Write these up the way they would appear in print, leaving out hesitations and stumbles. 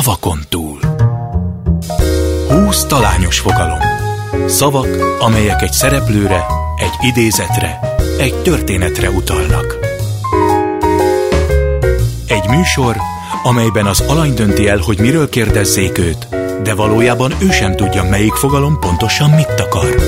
Szavakon túl. 20 talányos fogalom. Szavak, amelyek egy szereplőre, egy idézetre, egy történetre utalnak. Egy műsor, amelyben az alany dönti el, hogy miről kérdezzék őt, de valójában ő sem tudja, melyik fogalom pontosan mit akar.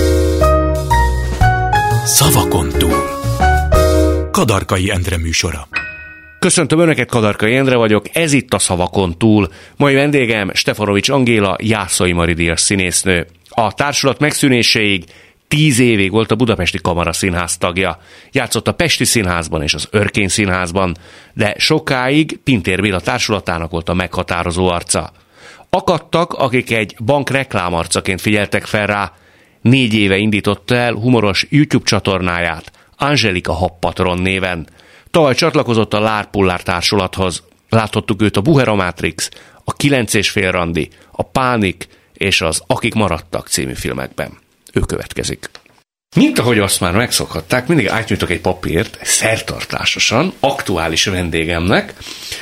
Szavakon túl. Kadarkai Endre műsora. Köszöntöm Önöket, Kadarkai Endre vagyok, ez itt a Szavakon túl. Mai vendégem Stefanovics Angéla, Jászai Mari díjas színésznő. A társulat megszűnéséig 10 évig volt a Budapesti Kamaraszínház tagja. Játszott a Pesti Színházban és az Örkény Színházban, de sokáig Pintér Béla társulatának volt a meghatározó arca. Akadtak, akik egy bank reklámarcaként figyeltek fel rá. 4 éve indította el humoros YouTube csatornáját, Angelika Habpatron néven. Tavaly csatlakozott a Lár Pullár társulathoz. Láthattuk őt a Buhera Matrix, a 9,5 randi, a Pánik és az Akik maradtak című filmekben. Ő következik. Mint ahogy azt már megszokhatták, mindig átnyújtok egy papírt, szertartásosan, aktuális vendégemnek,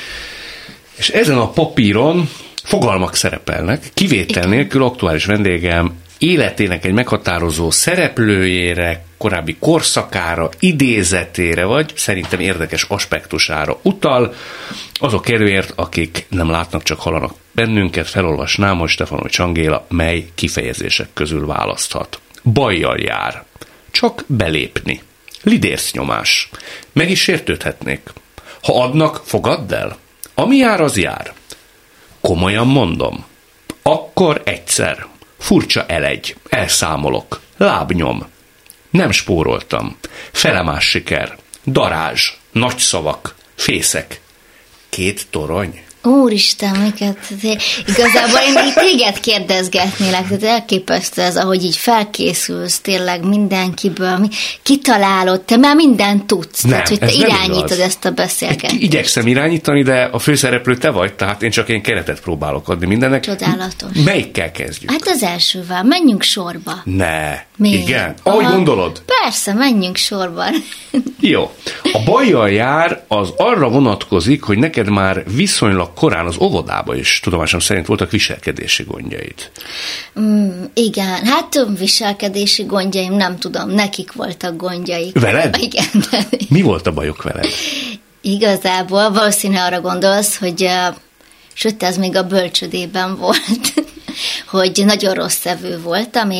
és ezen a papíron fogalmak szerepelnek, kivétel nélkül aktuális vendégem életének egy meghatározó szereplőjére, korábbi korszakára, idézetére, vagy szerintem érdekes aspektusára utal. Azok kedvéért, akik nem látnak, csak hallanak bennünket, felolvasnám, hogy Stefanovics Angéla mely kifejezések közül választhat. Bajjal jár. Csak belépni. Lidércnyomás. Meg is sértődhetnék. Ha adnak, fogadd el. Ami jár, az jár. Komolyan mondom. Akkor egyszer. Furcsa elegy. Elszámolok. Lábnyom. Nem spóroltam. Felemás siker. Darázs. Nagy szavak. Fészek. 2 torony. Úristen, miket? Igazából én így téged kérdezgetnélek, tehát elképesztő ez, ahogy így felkészülsz tényleg mindenkiből, kitalálod, te már mindent tudsz, nem, tehát hogy te irányítod ezt a beszélgetést. Igyekszem irányítani, de a főszereplő te vagy, tehát én csak én keretet próbálok adni mindennek. Csodálatos. Melyikkel kezdjük? Hát az elsővel, menjünk sorba. Ne. Miért? Igen? Ahogy gondolod? Persze, menjünk sorban. Jó. A bajjal jár, az arra vonatkozik, hogy neked már viszonylag korán az óvodában is tudomásom szerint voltak viselkedési gondjaid. Igen, hát viselkedési gondjaim, nem tudom, nekik voltak gondjaik. Veled? Igen. Mi volt a bajok veled? Igazából valószínűleg arra gondolsz, hogy sőt, ez még a bölcsödében volt, hogy nagyon rossz evő voltam,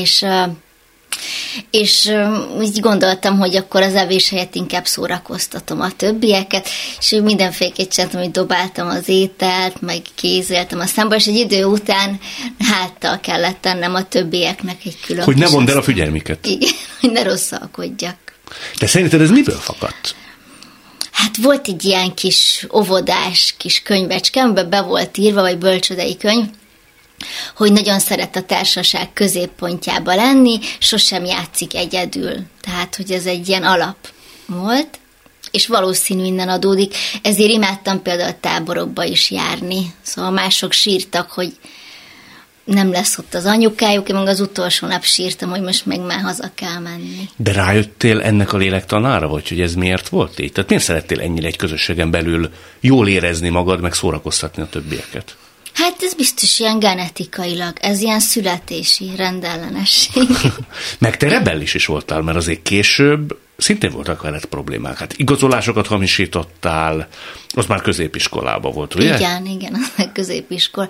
és úgy gondoltam, hogy akkor az evés helyett inkább szórakoztatom a többieket, és mindenféleképpen csináltam, hogy dobáltam az ételt, meg kézéltem a számba, és egy idő után háttal kellett tennem a többieknek egy külön. Hogy ne mondd el a figyelmiket. Igen, hogy ne rosszalkodjak. De szerinted ez miből fakadt? Hát volt egy ilyen kis óvodás kis könyvecske, amiben be volt írva, vagy bölcsődei könyv, hogy nagyon szeret a társaság középpontjába lenni, sosem játszik egyedül. Tehát, hogy ez egy ilyen alap volt, és valószínű innen adódik. Ezért imádtam például táborokba is járni. Szóval mások sírtak, hogy nem lesz ott az anyukájuk, én meg az utolsó nap sírtam, hogy most meg már haza kell menni. De rájöttél ennek a lélektanára, vagy hogy ez miért volt így? Tehát miért szerettél ennyire egy közösségen belül jól érezni magad, meg szórakoztatni a többieket? Hát ez biztos ilyen genetikailag, ez ilyen születési rendellenesség. Meg te rebellis is voltál, mert azért később szintén voltak veled problémák. Hát igazolásokat hamisítottál, az már középiskolában volt, ugye? Igen, az a középiskola.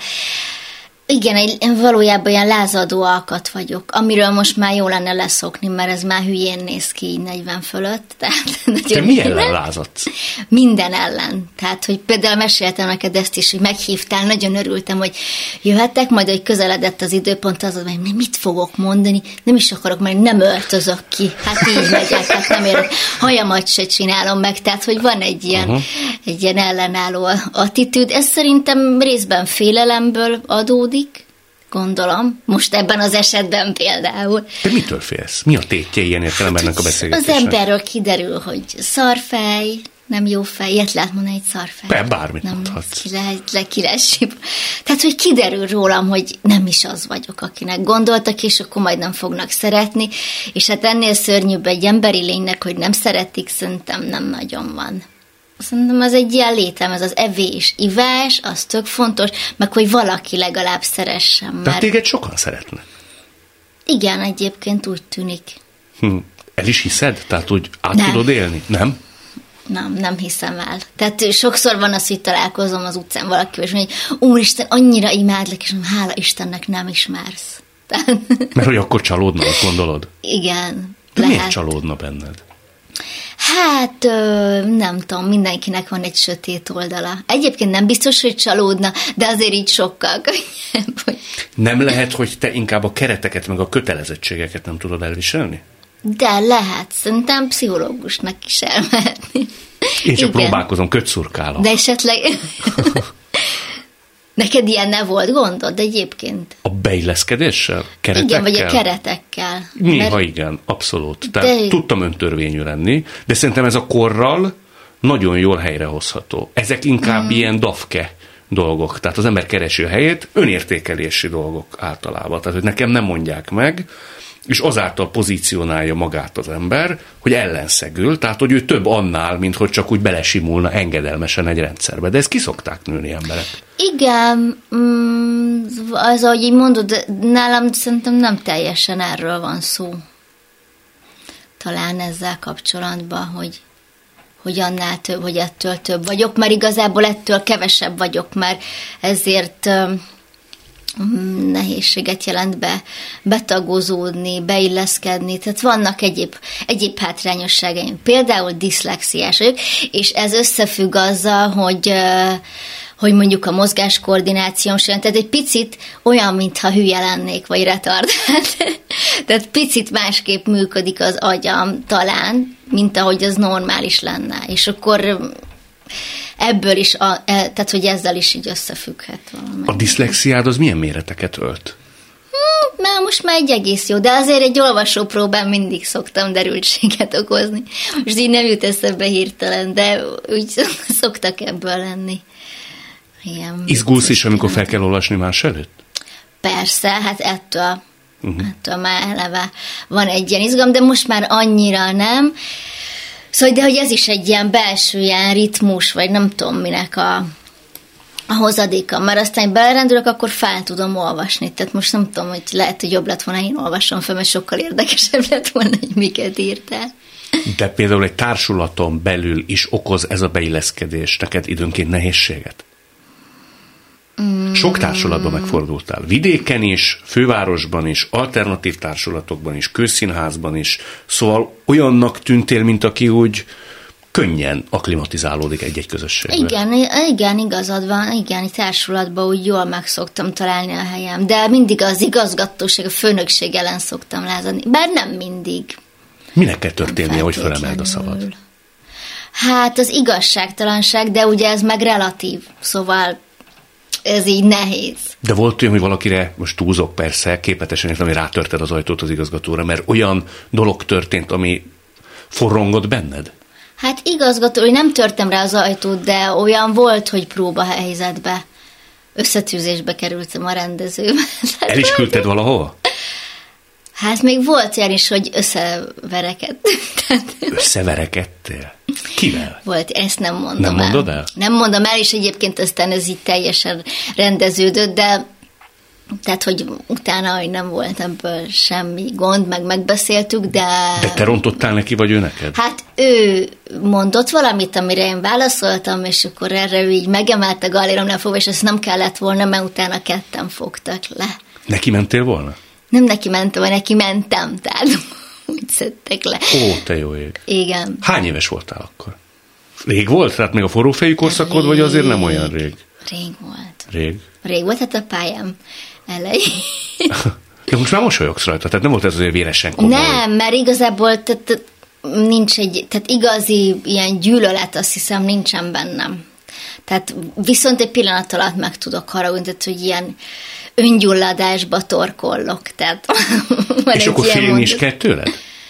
Igen, én valójában ilyen lázadó alkat vagyok, amiről most már jó lenne leszokni, mert ez már hülyén néz ki így 40 fölött. Tehát te mi ellen lázadsz? Minden ellen. Tehát, hogy például meséltem neked ezt is, hogy meghívtál, nagyon örültem, hogy jöhetek, majd, hogy közeledett az időpont, az, hogy mit fogok mondani, nem is akarok, mert nem öltözök ki. Hát így megyek, hát nem érek. Hajamat se csinálom meg, tehát, hogy van egy ilyen ellenálló attitűd. Ez szerintem részben félelemből adódik, gondolom, most ebben az esetben például. De mitől félsz? Mi a tétje ilyen értelemben ennek a beszélgetésnek? Az emberről kiderül, hogy szarfej, nem jó fej, ilyet lehet mondani, egy szarfej. Bármit mondhatsz. Ki lesz. Tehát, hogy kiderül rólam, hogy nem is az vagyok, akinek gondoltak, és akkor majd nem fognak szeretni, és hát ennél szörnyűbb egy emberi lénynek, hogy nem szeretik, szerintem nem nagyon van. Szerintem az egy ilyen létem, ez az evés, ivás, az tök fontos, meg hogy valaki legalább szeressen. Tehát téged sokan szeretnek. Igen, egyébként úgy tűnik. El is hiszed? Tehát úgy át tudod élni? Nem? Nem hiszem el. Tehát sokszor van az, hogy találkozom az utcán valakivel, és mondja, hogy Úristen, annyira imádlak, és mondom, hála Istennek nem ismersz. Mert hogy akkor csalódna, azt gondolod? Igen. De miért csalódna benned? Hát nem tudom, mindenkinek van egy sötét oldala. Egyébként nem biztos, hogy csalódna, de azért így sokkal könnyebb. Nem lehet, hogy te inkább a kereteket meg a kötelezettségeket nem tudod elviselni? De lehet, szerintem pszichológusnak is elmehetni. Én csak próbálkozom, kötszurkálok. De esetleg... Neked ilyen ne volt gondod egyébként? A beilleszkedéssel? Keretekkel? Igen, vagy a keretekkel. Néha igen, abszolút. Tehát tudtam öntörvényű lenni, de szerintem ez a korral nagyon jól helyrehozható. Ezek inkább ilyen dafke dolgok. Tehát az ember keresi a helyét, önértékelési dolgok általában. Tehát, hogy nekem nem mondják meg, és azáltal pozícionálja magát az ember, hogy ellenszegül, tehát, hogy ő több annál, mint hogy csak úgy belesimulna engedelmesen egy rendszerbe. De ezt kiszokták nőni emberek. Igen, az, ahogy így mondod, nálam szerintem nem teljesen erről van szó. Talán ezzel kapcsolatban, hogy annál több, hogy ettől több vagyok, mert igazából ettől kevesebb vagyok, mert ezért nehézséget jelent betagozódni, beilleszkedni, tehát vannak egyéb hátrányosságaim. Például diszlexiás vagyok, és ez összefügg azzal, hogy mondjuk a mozgáskoordinációm sem, tehát egy picit olyan, mintha hülye lennék, vagy retardált. Tehát picit másképp működik az agyam talán, mint ahogy az normális lenne. És akkor ebből is, tehát hogy ezzel is így összefügghet valami. A diszlexiád az milyen méreteket ölt? Most már egy egész jó, de azért egy olvasópróbán mindig szoktam derültséget okozni. Most így nem jut eszembe hirtelen, de úgy szoktak ebből lenni. Ilyen izgulsz is, amikor fel kell olvasni más előtt? Persze, hát ettől már eleve van egy ilyen izgalom, de most már annyira nem. Szóval, de hogy ez is egy ilyen belső ilyen ritmus, vagy nem tudom minek a hozadéka, mert aztán belerendülök, akkor fel tudom olvasni. Tehát most nem tudom, hogy lehet, hogy jobb lett volna, én olvasom fel, mert sokkal érdekesebb lett volna, hogy miket írtál. De például egy társulaton belül is okoz ez a beilleszkedés neked időnként nehézséget? Sok társulatban megfordultál. Vidéken is, fővárosban is, alternatív társulatokban is, közszínházban is. Szóval olyannak tűntél, mint aki úgy könnyen akklimatizálódik egy-egy közösségbe. Igen, igazad van. Igen, társulatban úgy jól meg szoktam találni a helyem. De mindig az igazgatóság, a főnökség ellen szoktam lázadni. Bár nem mindig. Minek kell történnie, hogy felemeld a szavad? Hát az igazságtalanság, de ugye ez meg relatív. Szóval ez így nehéz. De volt olyan, hogy valakire, most túlzok persze, képletesen értem, hogy rátörted az ajtót az igazgatóra, mert olyan dolog történt, ami forrongott benned? Hát igazgató, hogy nem törtem rá az ajtót, de olyan volt, hogy próbahelyzetbe, összetűzésbe kerültem a rendezőbe. El is küldted valahova? Hát még volt olyan is, hogy összeverekedtem. Összeverekedtél? Kivel? Volt, ezt nem mondom Nem mondod el? Nem mondom el, és egyébként aztán ez így teljesen rendeződött, de tehát, hogy utána, hogy nem volt ebből semmi gond, meg megbeszéltük, de... De te rontottál neki, vagy ő neked? Hát ő mondott valamit, amire én válaszoltam, és akkor erre ő így megemelte galléromnál fogva, és ezt nem kellett volna, mert utána ketten fogtak le. Neki mentél volna? Nem neki mentem, neki mentem, tehát úgy szedtek le. Ó, te jó ég. Igen. Hány éves voltál akkor? Rég volt? Tehát még a forrófejű korszakod, vagy azért nem olyan rég? Rég volt. Rég volt, hát a pályám elején. De most már mosolyogsz rajta, tehát nem volt ez azért véresen komoly. Nem, mert igazából nincs tehát igazi ilyen gyűlölet, azt hiszem, nincsen bennem. Tehát viszont egy pillanat alatt meg tudok haragudni, tehát hogy ilyen öngyulladásba torkollok. Tehát, és akkor félni is kell tőled?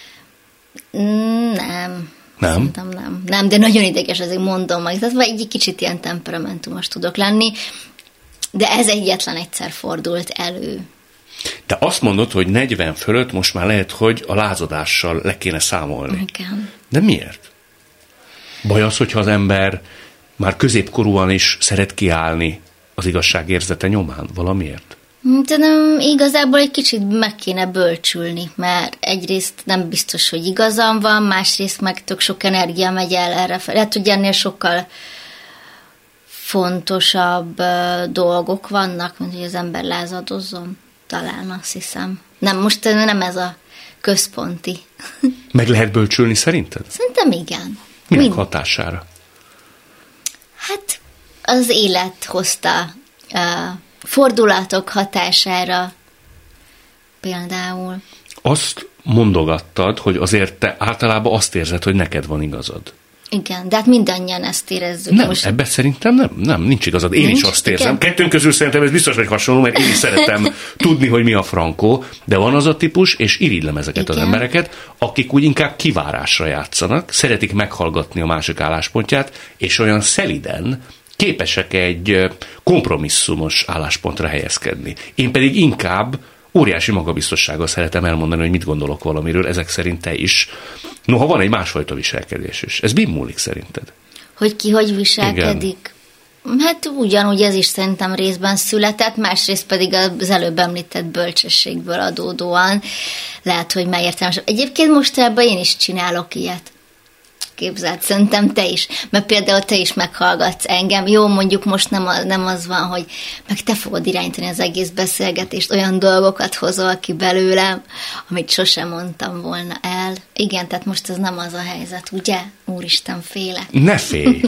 Nem. Szerintem nem, de nagyon ideges, azért mondom meg. Tehát egy kicsit ilyen temperamentumos tudok lenni, de ez egyetlen egyszer fordult elő. De azt mondod, hogy 40 fölött most már lehet, hogy a lázadással le kéne számolni. Igen. De miért? Baj az, hogyha az ember már középkorúan is szeret kiállni az igazságérzete nyomán valamiért? De nem, igazából egy kicsit meg kéne bölcsülni, mert egyrészt nem biztos, hogy igazam van, másrészt meg tök sok energia megy el erre fel. Hát ugye ennél sokkal fontosabb dolgok vannak, mint hogy az ember lázadozzon. Talán azt hiszem. Nem, most nem ez a központi. Meg lehet bölcsülni szerinted? Szerintem igen. Minek hatására? Hát az élet hozta fordulatok hatására például. Azt mondogattad, hogy azért te általában azt érzed, hogy neked van igazad. Igen, de hát mindannyian ezt érezzük. Nem, most... ebben szerintem nem, nincs igazad. Én is azt érzem. Kettőnk közül szerintem ez biztos, hogy hasonló, mert én is szeretem tudni, hogy mi a frankó, de van az a típus, és irigylem ezeket az embereket, akik úgy inkább kivárásra játszanak, szeretik meghallgatni a másik álláspontját, és olyan szeliden képesek egy kompromisszumos álláspontra helyezkedni. Én pedig inkább óriási magabiztossággal szeretem elmondani, hogy mit gondolok valamiről, ezek szerint te is. Noha van egy másfajta viselkedés is. Ez mi múlik szerinted? Hogy ki hogy viselkedik? Igen. Hát ugyanúgy ez is szerintem részben született, másrészt pedig az előbb említett bölcsességből adódóan lehet, hogy megértelmesebb. Egyébként mostanában én is csinálok ilyet. Képzeld, szerintem te is. Mert például te is meghallgatsz engem. Jó, mondjuk most nem az van, hogy meg te fogod irányítani az egész beszélgetést, olyan dolgokat hozol ki belőlem, amit sosem mondtam volna el. Igen, tehát most ez nem az a helyzet, ugye? Úristen, félek. Ne félj!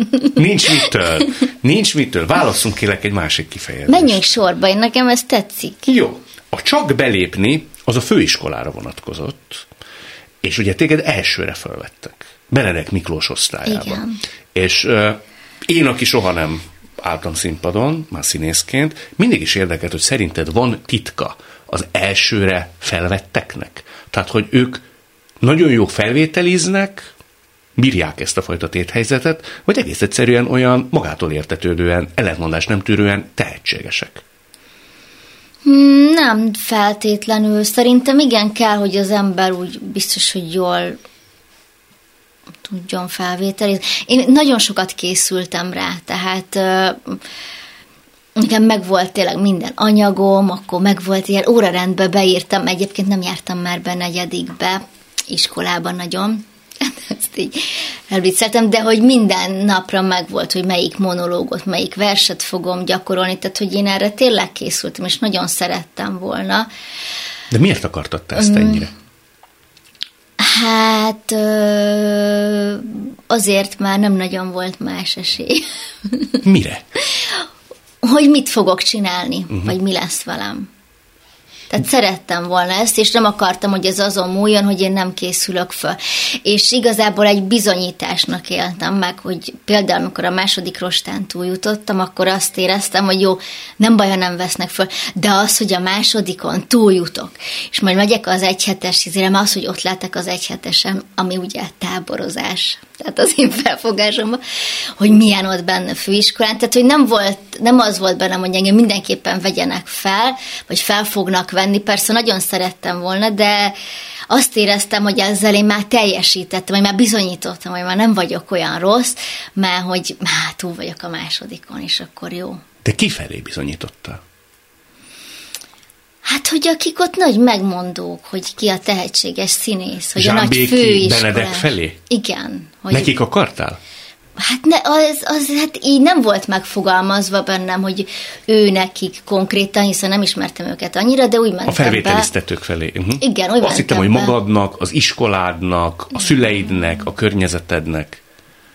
Nincs mitől. Válasszunk kérlek egy másik kifejezést. Menjünk sorba, én nekem ez tetszik. Jó. A csak belépni, az a főiskolára vonatkozott, és ugye téged elsőre felvettek. Benedek Miklós osztályában. Igen. És én, aki soha nem álltam színpadon, már színészként, mindig is érdekelt, hogy szerinted van titka az elsőre felvetteknek. Tehát, hogy ők nagyon jó felvételiznek, bírják ezt a fajta téthelyzetet, vagy egész egyszerűen olyan magától értetődően, ellentmondás nem tűrően tehetségesek. Nem feltétlenül. Szerintem igen kell, hogy az ember úgy biztos, hogy jól tudjon felvételizni. Én nagyon sokat készültem rá, tehát nekem megvolt tényleg minden anyagom, akkor megvolt ilyen órarendbe beírtam, egyébként nem jártam már be negyedikbe, iskolában nagyon, ezt így elvicceltem, de hogy minden napra megvolt, hogy melyik monológot, melyik verset fogom gyakorolni, tehát hogy én erre tényleg készültem, és nagyon szerettem volna. De miért akartad te ezt ennyire? Hát azért már nem nagyon volt más esély. Mire? Hogy mit fogok csinálni, vagy mi lesz velem. Tehát szerettem volna ezt, és nem akartam, hogy ez azon múljon, hogy én nem készülök föl. És igazából egy bizonyításnak éltem meg, hogy például, amikor a második rostán túljutottam, akkor azt éreztem, hogy jó, nem baj, ha nem vesznek föl, de az, hogy a másodikon túljutok, és majd megyek az egyhetes izére, az, hogy ott lehetek az egyhetesen, ami ugye táborozás, tehát az én felfogásomban, hogy milyen ott benne főiskolán, tehát hogy nem az volt bennem, hogy engem mindenképpen vegyenek fel, vagy fel fognak venni, persze nagyon szerettem volna, de azt éreztem, hogy ezzel én már teljesítettem, hogy már bizonyítottam, hogy már nem vagyok olyan rossz, mert hogy túl vagyok a másodikon, és akkor jó. De kifelé bizonyítottál? Hát, hogy akik ott nagy megmondók, hogy ki a tehetséges színész, hogy Zsámbéki, a nagy főiskolás. Benedek felé? Igen. Hogy nekik akartál? Hát hát így nem volt megfogalmazva bennem, hogy ő nekik konkrétan, hiszen nem ismertem őket annyira, de úgy mentem a felvételiztetők felé. Igen, úgy azt hittem, hogy magadnak, az iskoládnak, a szüleidnek, a környezetednek.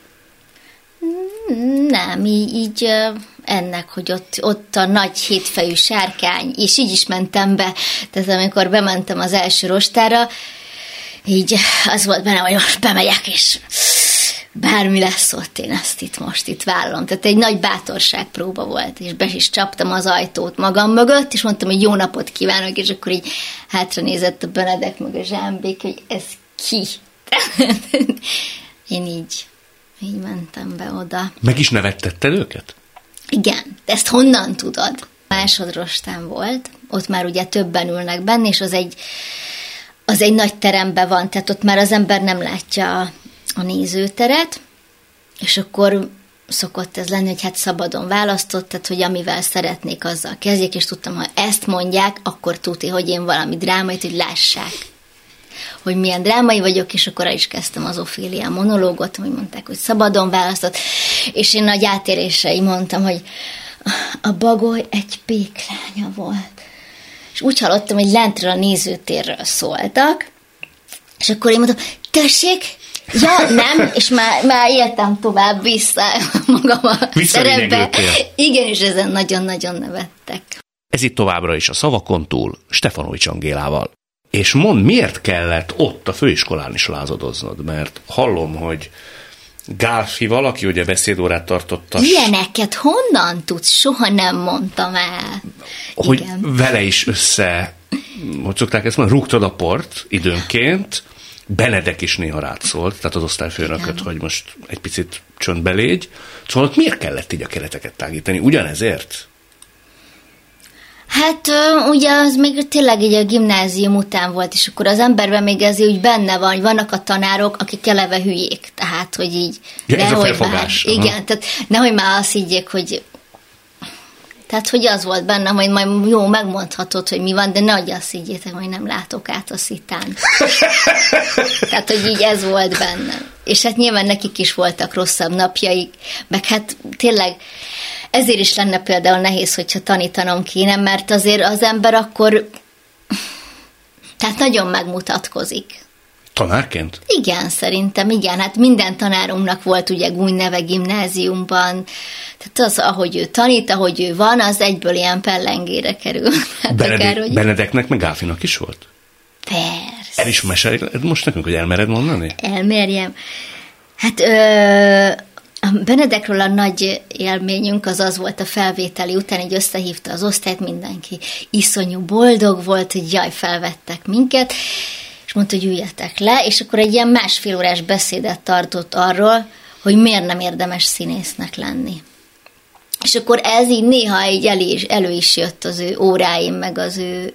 Nem, így ennek, hogy ott a nagy hétfejű sárkány, és így is mentem be. Tehát amikor bementem az első rostára, így az volt benne, hogy most bemegyek, és bármi lesz ott, én ezt itt vállalom. Tehát egy nagy bátorságpróba volt, és be is csaptam az ajtót magam mögött, és mondtam, hogy jó napot kívánok, és akkor így hátra nézett a Benedek meg a Zsámbék, hogy ez ki? Én így mentem be oda. Meg is nevettetted őket? Igen, de ezt honnan tudod? Másodrostán volt, ott már ugye többen ülnek benne, és az egy nagy teremben van, tehát ott már az ember nem látja a nézőteret, És akkor szokott ez lenni, hogy hát szabadon választott, tehát hogy amivel szeretnék, azzal kezdjék, és tudtam, ha ezt mondják, akkor tuti, hogy én valami drámait, hogy lássák, hogy milyen drámai vagyok, és akkor el is kezdtem az Ofélia monológot, hogy mondták, hogy szabadon választott, és én nagy átérései mondtam, hogy a Bagoly egy péklánya volt. És úgy hallottam, hogy lentről a nézőtérről szóltak, és akkor én mondtam, tessék, ja, nem, és már éltem tovább vissza magam a szerepbe. Igen, és ezen nagyon-nagyon nevettek. Ez itt továbbra is a Szavakon túl Stefanovics Angélával. És mondd, miért kellett ott a főiskolán is lázadoznod? Mert hallom, hogy Gálfi valaki ugye beszédórát tartott. Ilyeneket honnan tudsz? Soha nem mondtam el. Hogy igen. Vele is össze, hogy szokták ezt mondani, rúgtad a port időnként, Benedek is néha rád szólt, tehát az osztályfőnököt, hogy most egy picit csöndbe légy. Szóval ott miért kellett így a kereteket tágítani? Ugyanezért? Hát ugye az még tényleg így a gimnázium után volt, és akkor az emberben még ez úgy benne van, hogy vannak a tanárok, akik eleve hülyék, tehát hogy így... Ja, ez a felfogás. Igen, tehát nehogy már azt higgyék, hogy... Tehát, hogy az volt bennem, hogy majd jó, megmondhatod, hogy mi van, de nehogy azt higgyétek, hogy nem látok át a szitán. Tehát, hogy így ez volt bennem. És hát nyilván nekik is voltak rosszabb napjaik, meg hát tényleg ezért is lenne például nehéz, hogyha tanítanom kéne, mert azért az ember akkor tehát nagyon megmutatkozik. Tanárként? Igen, szerintem, igen. Hát minden tanárunknak volt ugye gúnyneve gimnáziumban, tehát az, ahogy ő tanít, ahogy ő van, az egyből ilyen pellengére kerül. Hát Benedeknek meg Gálfinak is volt? Persze. El is mesélj most nekünk, hogy elmered mondani? Elmerjem. Hát a Benedekről a nagy élményünk az volt a felvételi után, így összehívta az osztályt, mindenki iszonyú boldog volt, hogy jaj, felvettek minket, és mondta, hogy üljetek le, és akkor egy ilyen 1,5 órás beszédet tartott arról, hogy miért nem érdemes színésznek lenni. És akkor ez így néha így elő is jött az ő óráim, meg az ő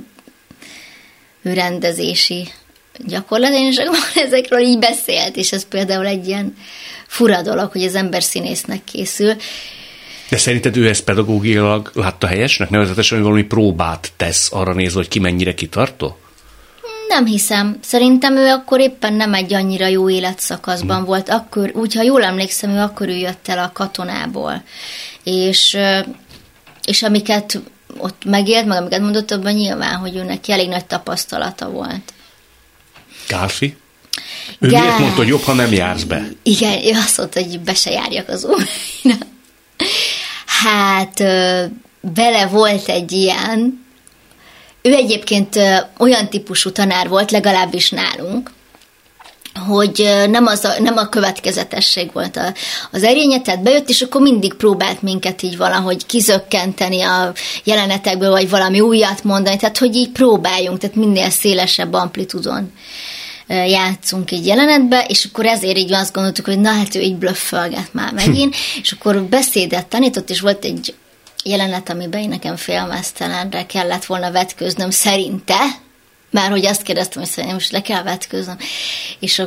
rendezési gyakorlatain, és akkor ezekről így beszélt, és ez például egy ilyen fura dolog, hogy az ember színésznek készül. De szerinted ő ezt pedagógiailag látta helyesnek? Nevezetesen, hogy valami próbát tesz arra nézve, hogy ki mennyire kitartó? Nem hiszem. Szerintem ő akkor éppen nem egy annyira jó életszakaszban volt. Akkor, úgy, ha jól emlékszem, ő akkor jött el a katonából. És amiket ott megélt, meg amiket mondott, abban nyilván, hogy ő neki elég nagy tapasztalata volt. Gálfi? Ő miért mondta, hogy jobb, ha nem jársz be? Igen, ő azt mondta, hogy be se járjak az óráira. Hát bele volt egy ilyen. Ő egyébként olyan típusú tanár volt, legalábbis nálunk, hogy nem a következetesség volt az erénye, tehát bejött, és akkor mindig próbált minket így valahogy kizökkenteni a jelenetekből, vagy valami újat mondani, tehát hogy így próbáljunk, tehát minél szélesebb amplitudon játszunk egy jelenetbe, és akkor ezért így azt gondoltuk, hogy na hát ő így blöffölget már megint, és akkor beszédet tanított, és volt egy jelenet, amiben én nekem félmeztelenre kellett volna vetkőznöm szerinte, már hogy azt kérdeztem, hogy szerintem most le kell vetkőznöm, és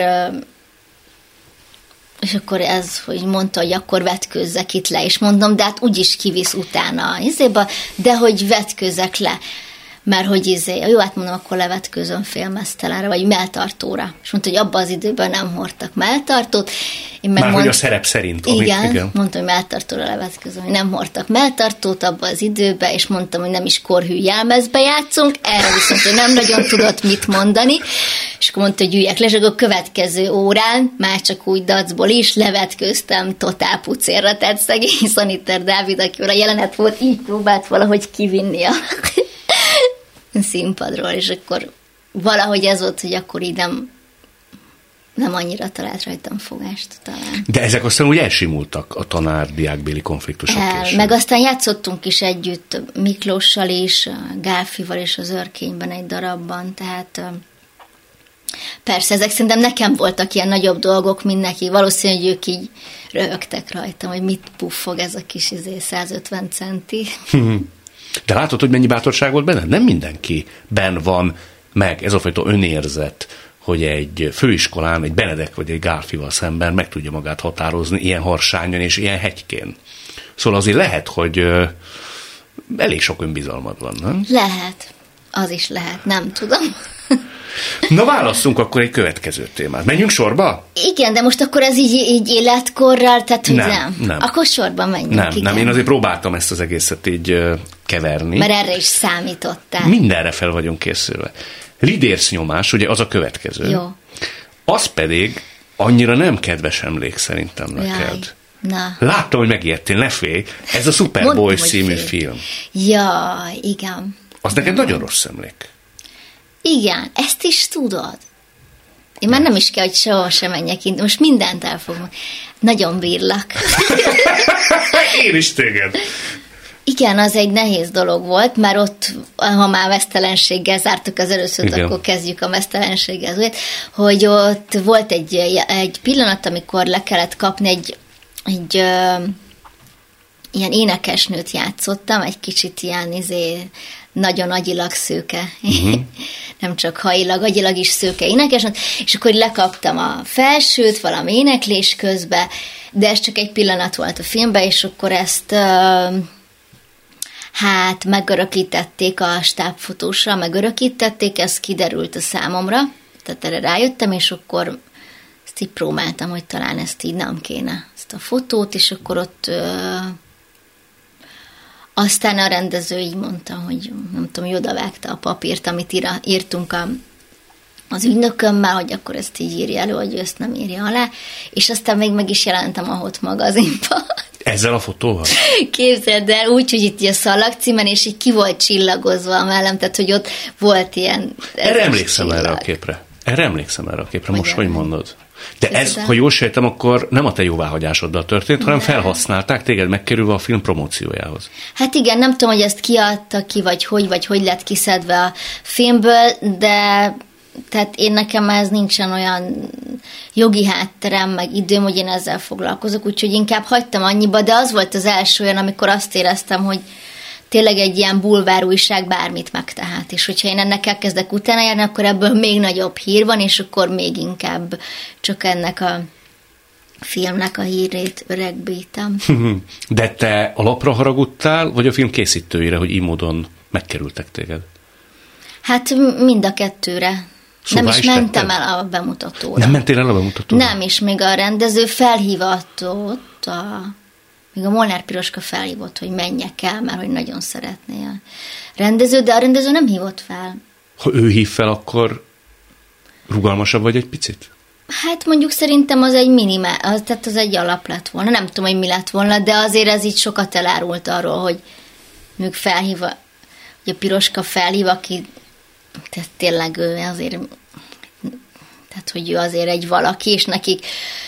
akkor ez, hogy mondta, hogy akkor vetkőzzek itt le, és mondom, de hát úgyis kivisz utána de hogy vetkőzzek le, mert hogy jó, hát mondom, akkor levetkőzöm félmeztelenre, vagy melltartóra. És mondta, hogy abban az időben nem hordtak melltartót. Hogy a szerep szerint. Igen, mondtam, hogy melltartóra levetkőzöm, hogy nem hordtak melltartót abban az időben, és mondtam, hogy nem is korhű jelmezbe játszunk, erre viszont hogy nem nagyon tudott mit mondani, és akkor mondta, hogy üljek le, és akkor a következő órán, már csak úgy dacból is, levetkőztem totál pucérra, tehát szegény Szaniter Dávid, aki a jelenet volt, így próbált valahogy kivinni a színpadról, és akkor valahogy ez volt, hogy akkor így nem annyira talált rajtam fogást talán. De ezek aztán úgy elsimultak a tanár-diákbéli konfliktusok később. Meg aztán játszottunk is együtt Miklóssal is, Gálfival és az Örkényben egy darabban, tehát persze, ezek szerintem nekem voltak ilyen nagyobb dolgok, mint neki. Valószínű, hogy ők így röhögtek rajtam, hogy mit puffog ez a kis 150 centi. De látod, hogy mennyi bátorság volt benned? Nem mindenkiben van meg ez a fajta önérzet, hogy egy főiskolán egy Benedek vagy egy Gálfival szemben meg tudja magát határozni ilyen harsányon és ilyen hegykén. Szóval azért lehet, hogy elég sok önbizalmad van, nem? Lehet. Az is lehet, nem tudom. Na válasszunk akkor egy következő témát. Menjünk sorba? Igen, de most akkor ez így életkorral, tehát hogy nem. Akkor sorban menjünk. Nem, én azért próbáltam ezt az egészet így keverni. Mert erre is számítottál. Mindenre fel vagyunk készülve. Lidércnyomás, ugye az a következő. Jó. Az pedig annyira nem kedves emlék szerintem neked. Na. Láttam, hogy megijedtél, ne félj. Ez a Superboy című film. Jaj, igen. Az neked nagyon rossz emlék. Igen, ezt is tudod. Én már nem is kell, hogy soha sem menjek innen. Most mindent elfogom. Nagyon bírlak. Én is téged. Igen, az egy nehéz dolog volt, mert ott, ha már vesztelenséggel zártuk az először, akkor kezdjük a vesztelenséggel, hogy ott volt egy pillanat, amikor le kellett kapni egy ilyen énekesnőt játszottam, egy kicsit ilyen nagyon agyilag szőke, nem csak hailag, agyilag is szőke énekesnőt, és akkor lekaptam a felsőt valami éneklés közben, de ez csak egy pillanat volt a filmben, és akkor ezt megörökítették a stábfotósra, ez kiderült a számomra, tehát erre rájöttem, és akkor ezt így próbáltam, hogy talán ezt így nem kéne, ezt a fotót, és akkor ott aztán a rendező így mondta, hogy nem tudom, hogy odavágta a papírt, amit írtunk az ügynökömmel, hogy akkor ezt így írja elő, hogy ő ezt nem írja alá, és aztán még meg is jelentem a Hot magazinba. Ezzel a fotóval? Képzeld el, úgy, hogy itt a szalagcímen, és így ki volt csillagozva a mellem, tehát hogy ott volt ilyen... Erre emlékszem erre a képre, most hogy mondod. De ez, ha jól sejtem, akkor nem a te jóváhagyásoddal történt, hanem felhasználták téged megkerülve a film promóciójához. Hát igen, nem tudom, hogy ezt kiadta ki, vagy hogy lett kiszedve a filmből, de tehát nekem ez nincsen olyan jogi hátterem, meg időm, hogy én ezzel foglalkozok, úgyhogy inkább hagytam annyiba, de az volt az első olyan, amikor azt éreztem, hogy tényleg egy ilyen bulvárújság bármit megtehet, és hogyha én ennek elkezdek utána járni, akkor ebből még nagyobb hír van, és akkor még inkább csak ennek a filmnek a hírét öregbítem. De te a lapra haragudtál, vagy a film készítőire, hogy így módon megkerültek téged? Hát mind a kettőre. Szóval nem is mentem el a bemutatóra. Nem mentél el a bemutatóra? Nem, és még a rendező felhívatott, még a Molnár Piroska felhívott, hogy menjek el, mert hogy nagyon szeretné a rendező, de a rendező nem hívott fel. Ha ő hív fel, akkor rugalmasabb vagy egy picit? Hát mondjuk szerintem az egy tehát az egy alap lett volna. Nem tudom, hogy mi lett volna, de azért ez így sokat elárult arról, hogy még felhív, hogy a Piroska felhív, aki tehát tényleg ő azért, tehát hogy ő azért egy valaki, és nekik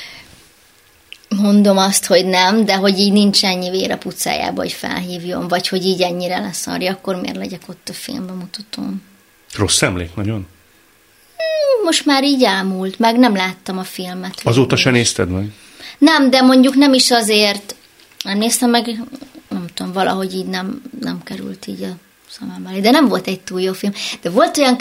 mondom azt, hogy nem, de hogy így nincs ennyi vér a pucájába, hogy felhívjon, vagy hogy így ennyire leszarja, akkor miért legyek ott a filmbemutatón? Rossz emlék nagyon? Most már így elmúlt, meg nem láttam a filmet. Azóta se nézted meg? Nem, de mondjuk nem is azért, nem néztem meg, nem tudom, valahogy így nem került így a szemem elé. De nem volt egy túl jó film. De volt olyan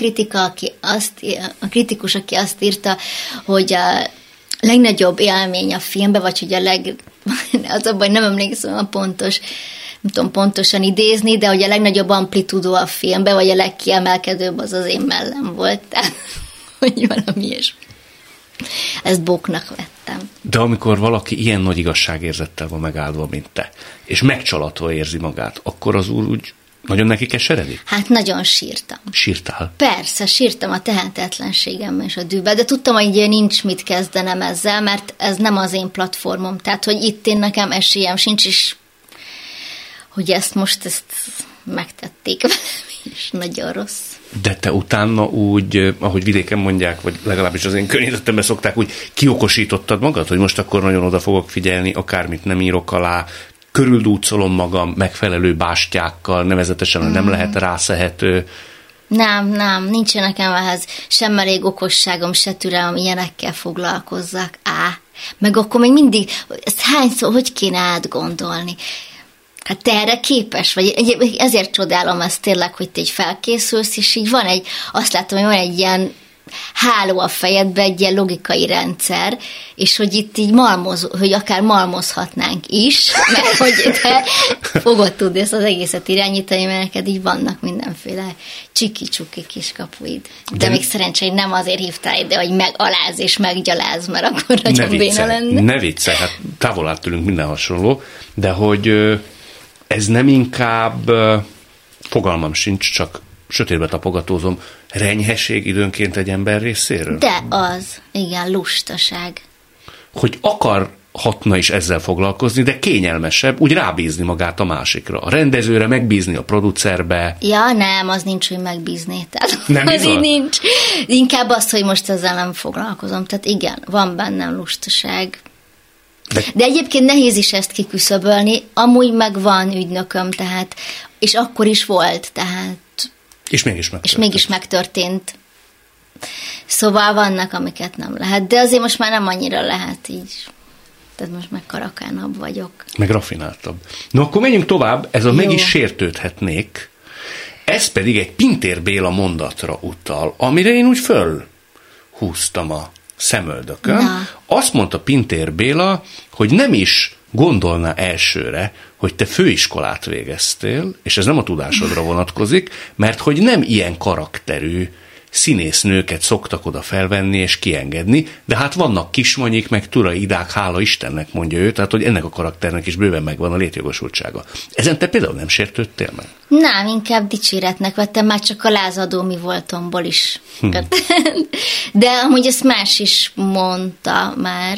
kritikus, aki azt írta, hogy a legnagyobb élmény a filmben, vagy hogy az abban nem emlékszem a pontos, nem tudom pontosan idézni, de hogy a legnagyobb amplitúdó a filmben, vagy a legkiemelkedőbb az én mellem volt. Tehát, hogy valami ilyesmi. Ezt boknak vettem. De amikor valaki ilyen nagy igazságérzettel van megáldva, mint te, és megcsalatva érzi magát, akkor az úr úgy nagyon neki keseredik? Hát nagyon sírtam. Sírtál? Persze, sírtam a tehetetlenségemmel és a dűbe, de tudtam, hogy nincs mit kezdenem ezzel, mert ez nem az én platformom. Tehát, hogy itt én nekem esélyem sincs, és hogy ezt megtették velem, és nagyon rossz. De te utána úgy, ahogy vidéken mondják, vagy legalábbis az én környezetemben szokták, úgy kiokosítottad magad, hogy most akkor nagyon oda fogok figyelni, akármit nem írok alá, körüldúcolom magam megfelelő bástyákkal, nevezetesen nem lehet rászehető. Nem, nincs nekem ehhez sem elég okosságom, se türelem, ilyenekkel foglalkozzak. Meg akkor még mindig, ezt hányszor, hogy kéne átgondolni? Hát te erre képes vagy. Ezért csodálom ezt tényleg, hogy te így felkészülsz, és így azt látom, hogy van egy ilyen háló a fejedbe, egy ilyen logikai rendszer, és hogy itt így hogy akár malmozhatnánk is, mert hogy te fogod tudni ezt az egészet irányítani, mert neked így vannak mindenféle csiki-csuki kiskapuid. De még szerencsé, hogy nem azért hívtál ide, hogy megaláz és meggyaláz, mert akkor nagyon béna lenne. Ne viccelj, hát távol áll tőlünk minden hasonló, de hogy ez nem inkább, fogalmam sincs, csak sötétbe tapogatózom, renyhesség időnként egy ember részéről? De az, igen, lustaság. Hogy akarhatna is ezzel foglalkozni, de kényelmesebb úgy rábízni magát a másikra. A rendezőre megbízni, a producerbe. Ja, nem, az nincs, hogy megbízni. Tehát nem az így nincs. Inkább az, hogy most ezzel nem foglalkozom. Tehát igen, van bennem lustaság. De egyébként nehéz is ezt kiküszöbölni. Amúgy meg van ügynököm, tehát, és akkor is volt, tehát. És mégis megtörtént. Szóval vannak, amiket nem lehet. De azért most már nem annyira lehet így. Tehát most meg karakánabb vagyok. Meg raffináltabb. No, akkor menjünk tovább. Ez a Meg is sértődhetnék. Ez pedig egy Pintér Béla mondatra utal, amire én úgy fölhúztam a szemöldökön. Na. Azt mondta Pintér Béla, hogy nem is gondolna elsőre, hogy te főiskolát végeztél, és ez nem a tudásodra vonatkozik, mert hogy nem ilyen karakterű színésznőket szoktak oda felvenni és kiengedni, de hát vannak Kismanyik, meg Turai Idák, hála Istennek, mondja ő, tehát hogy ennek a karakternek is bőven megvan a létjogosultsága. Ezen te például nem sértődtél meg? Nem, inkább dicséretnek vettem, már csak a lázadó mi voltomból is. De amúgy ezt más is mondta már.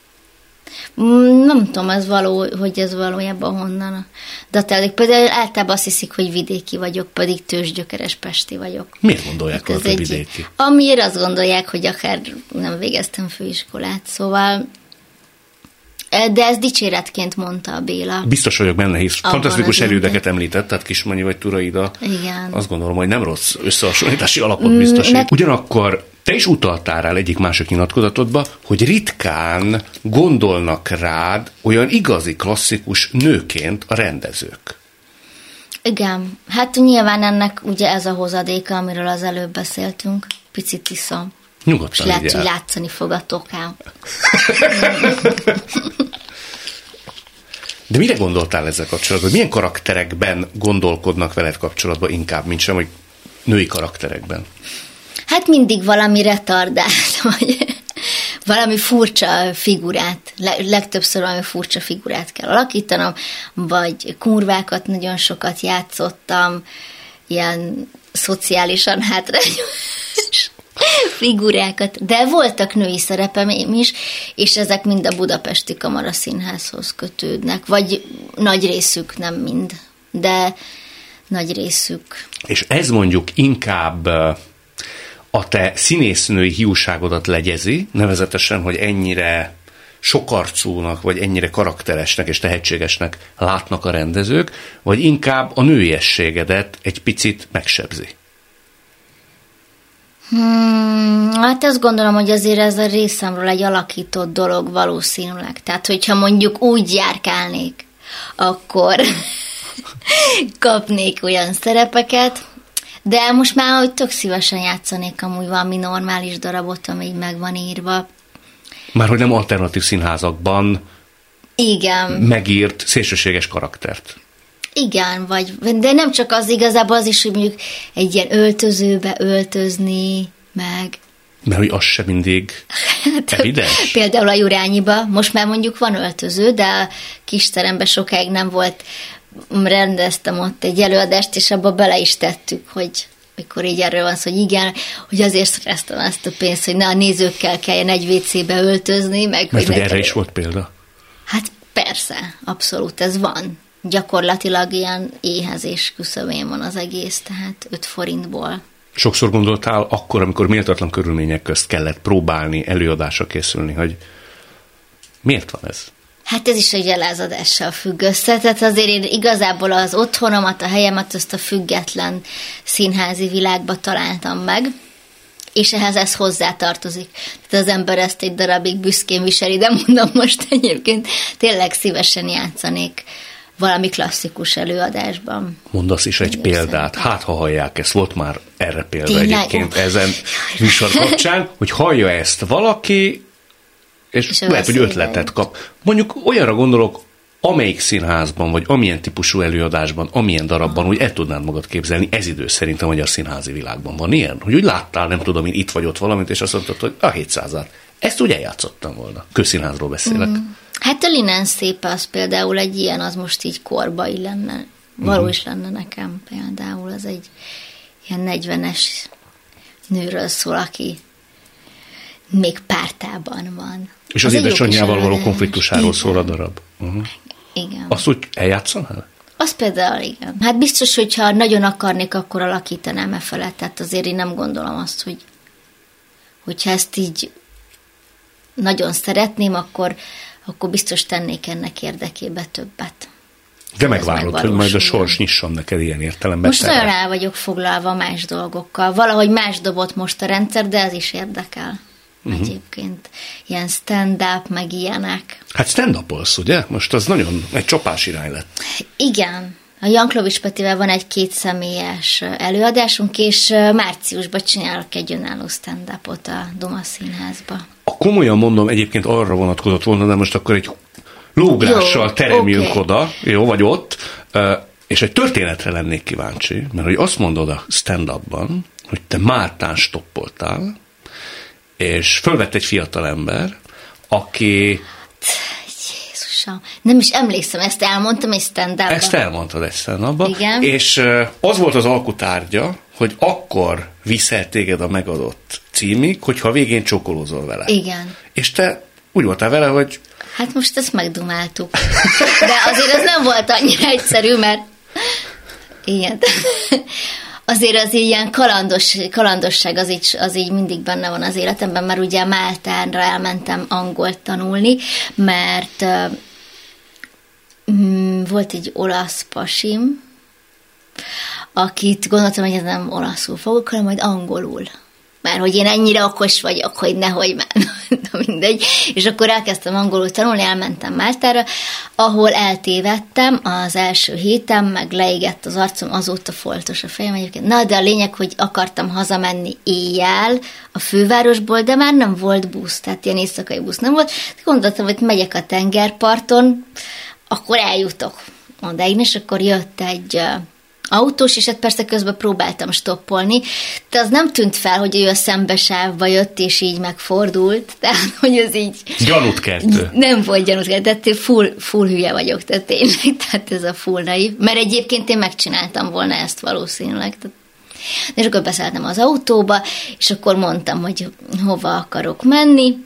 Nem tudom, hogy ez valójában honnan datálódik. Például általában azt hiszik, hogy vidéki vagyok, pedig tőzsgyökeres pesti vagyok. Miért gondolják, hát hogy vidéki? Amiért azt gondolják, hogy akár nem végeztem főiskolát, szóval... De ez dicséretként mondta a Béla. Biztos vagyok benne, hisz fantasztikus erődeket említett, tehát Kismanyi vagy Turai Ida. Igen. Azt gondolom, hogy nem rossz összehasonlítási alapot biztosít. Ugyanakkor te is utaltál rá egyik másik nyilatkozatodba, hogy ritkán gondolnak rád olyan igazi klasszikus nőként a rendezők. Igen. Hát nyilván ennek ugye ez a hozadéka, amiről az előbb beszéltünk. Picit iszom. Nyugodtan. És lehet, hogy látszani fog a tokám. De mire gondoltál ezzel kapcsolatban? Milyen karakterekben gondolkodnak veled kapcsolatban inkább, mint sem, hogy női karakterekben? Hát mindig valami retardált, vagy valami furcsa figurát, legtöbbször valami furcsa figurát kell alakítanom, vagy kurvákat nagyon sokat játszottam, ilyen szociálisan hátrányos figurákat, de voltak női szerepem is, és ezek mind a Budapesti Kamaraszínházhoz kötődnek, vagy nagy részük, nem mind, de nagy részük. És ez mondjuk inkább a te színésznői hiúságodat legyezi, nevezetesen, hogy ennyire sokarcúnak, vagy ennyire karakteresnek és tehetségesnek látnak a rendezők, vagy inkább a nőiességedet egy picit megsebzi? Hát azt gondolom, hogy azért ez a részemről egy alakított dolog valószínűleg. Tehát, hogyha mondjuk úgy járkálnék, akkor kapnék olyan szerepeket, de most már hogy tök szívesen játszanék amúgy valami normális darabot, ami így meg van írva. Már hogy nem alternatív színházakban igen. Megírt szélsőséges karaktert. Igen, de nem csak az, igazából az is, hogy mondjuk egy ilyen öltözőbe öltözni, meg... Mert hogy az sem mindig evidens. Például a Jurányiba, most már mondjuk van öltöző, de a kisteremben sokáig nem volt, rendeztem ott egy előadást, és abba bele is tettük, hogy mikor így erről van szó, hogy igen, hogy azért szereztem ezt a pénzt, hogy ne a nézőkkel kelljen egy WC-be öltözni, meg... Mert hogy erre is volt példa? Hát persze, abszolút, ez van. Gyakorlatilag ilyen éhezés küszöbén van az egész, tehát 5 forintból. Sokszor gondoltál akkor, amikor méltatlan körülmények közt kellett próbálni, előadásra készülni, hogy miért van ez? Hát ez is egy elázadással függ össze, tehát azért én igazából az otthonomat, a helyemet azt a független színházi világba találtam meg, és ehhez ez hozzátartozik. Tehát az ember ezt egy darabig büszkén viseli, de mondom most egyébként tényleg szívesen játszanék valami klasszikus előadásban. Mondasz is egy példát, hát ha hallják ezt, volt már erre példa Tényleg? egyébként ezen műsor kapcsán, hogy hallja ezt valaki, és lehet, hogy ötletet kap. Mondjuk olyanra gondolok, amelyik színházban, vagy amilyen típusú előadásban, amilyen darabban, úgy el tudnád magad képzelni, ez idő szerint a magyar színházi világban van ilyen, hogy úgy láttál, nem tudom én, itt vagy ott valamit, és azt mondtad, hogy a 700-at. Ezt úgy eljátszottam volna. Közszínházról beszélek. Hát a Linen szépe az például egy ilyen, az most így korba illenne. Való is lenne nekem például. Az egy ilyen 40-es nőről szól, aki még pártában van. És az édesanyjával való konfliktusáról szól a darab. Igen. Azt úgy eljátszanál? Az például igen. Hát biztos, hogyha nagyon akarnék, akkor alakítanám e felett. Tehát azért én nem gondolom azt, hogyha ezt így nagyon szeretném, akkor biztos tennék ennek érdekébe többet. De megvárod, hogy majd a sors nyisson neked ilyen értelemben. Most nagyon rá vagyok foglalva más dolgokkal. Valahogy más dobott most a rendszer, de ez is érdekel. Egyébként ilyen stand-up, meg ilyenek. Hát stand-upolsz, ugye? Most az nagyon egy csapás irány lett. Igen. A Janklovics Petivel van egy 2 személyes előadásunk, és márciusban csinálok egy önálló stand-upot a Duma Színházba. Komolyan mondom, egyébként arra vonatkozott volna, de most akkor egy lógrással teremjünk oda, jó, vagy ott, és egy történetre lennék kíváncsi, mert hogy azt mondod a stand-upban, hogy te máltán stoppoltál, és fölvett egy fiatal ember, aki... Jézusom, nem is emlékszem, ezt elmondtam egy stand-upban. Ezt elmondtad egy stand-upban. Igen. És az volt az alkutárgya, hogy akkor viszel téged a megadott címig, hogyha végén csókolózol vele. Igen. És te úgy voltál vele, hogy... Hát most ezt megdumáltuk. De azért ez nem volt annyira egyszerű, mert... Igen. Azért az ilyen kalandosság az így mindig benne van az életemben, mert ugye Máltánra elmentem angolt tanulni, mert volt egy olasz pasim, akit gondoltam, hogy ez nem olaszul fogok, hanem majd angolul. Mert hogy én ennyire okos vagyok, hogy nehogy már, na mindegy. És akkor elkezdtem angolul tanulni, elmentem Máltára, ahol eltévedtem az első héten, meg leégett az arcom, azóta foltos a fejem egyébként. Na, de a lényeg, hogy akartam hazamenni éjjel a fővárosból, de már nem volt busz, tehát ilyen éjszakai busz nem volt. Gondoltam, hogy megyek a tengerparton, akkor eljutok odáig, és akkor jött egy... autós, és hát persze közben próbáltam stoppolni, de az nem tűnt fel, hogy ő a szembesávba jött, és így megfordult, tehát, hogy ez így... Gyanútkeltő. Nem volt gyanútkeltő, tehát full hülye vagyok, tehát tényleg, tehát ez a full naív, mert egyébként én megcsináltam volna ezt valószínűleg, tehát. És akkor beszálltam az autóba, és akkor mondtam, hogy hova akarok menni,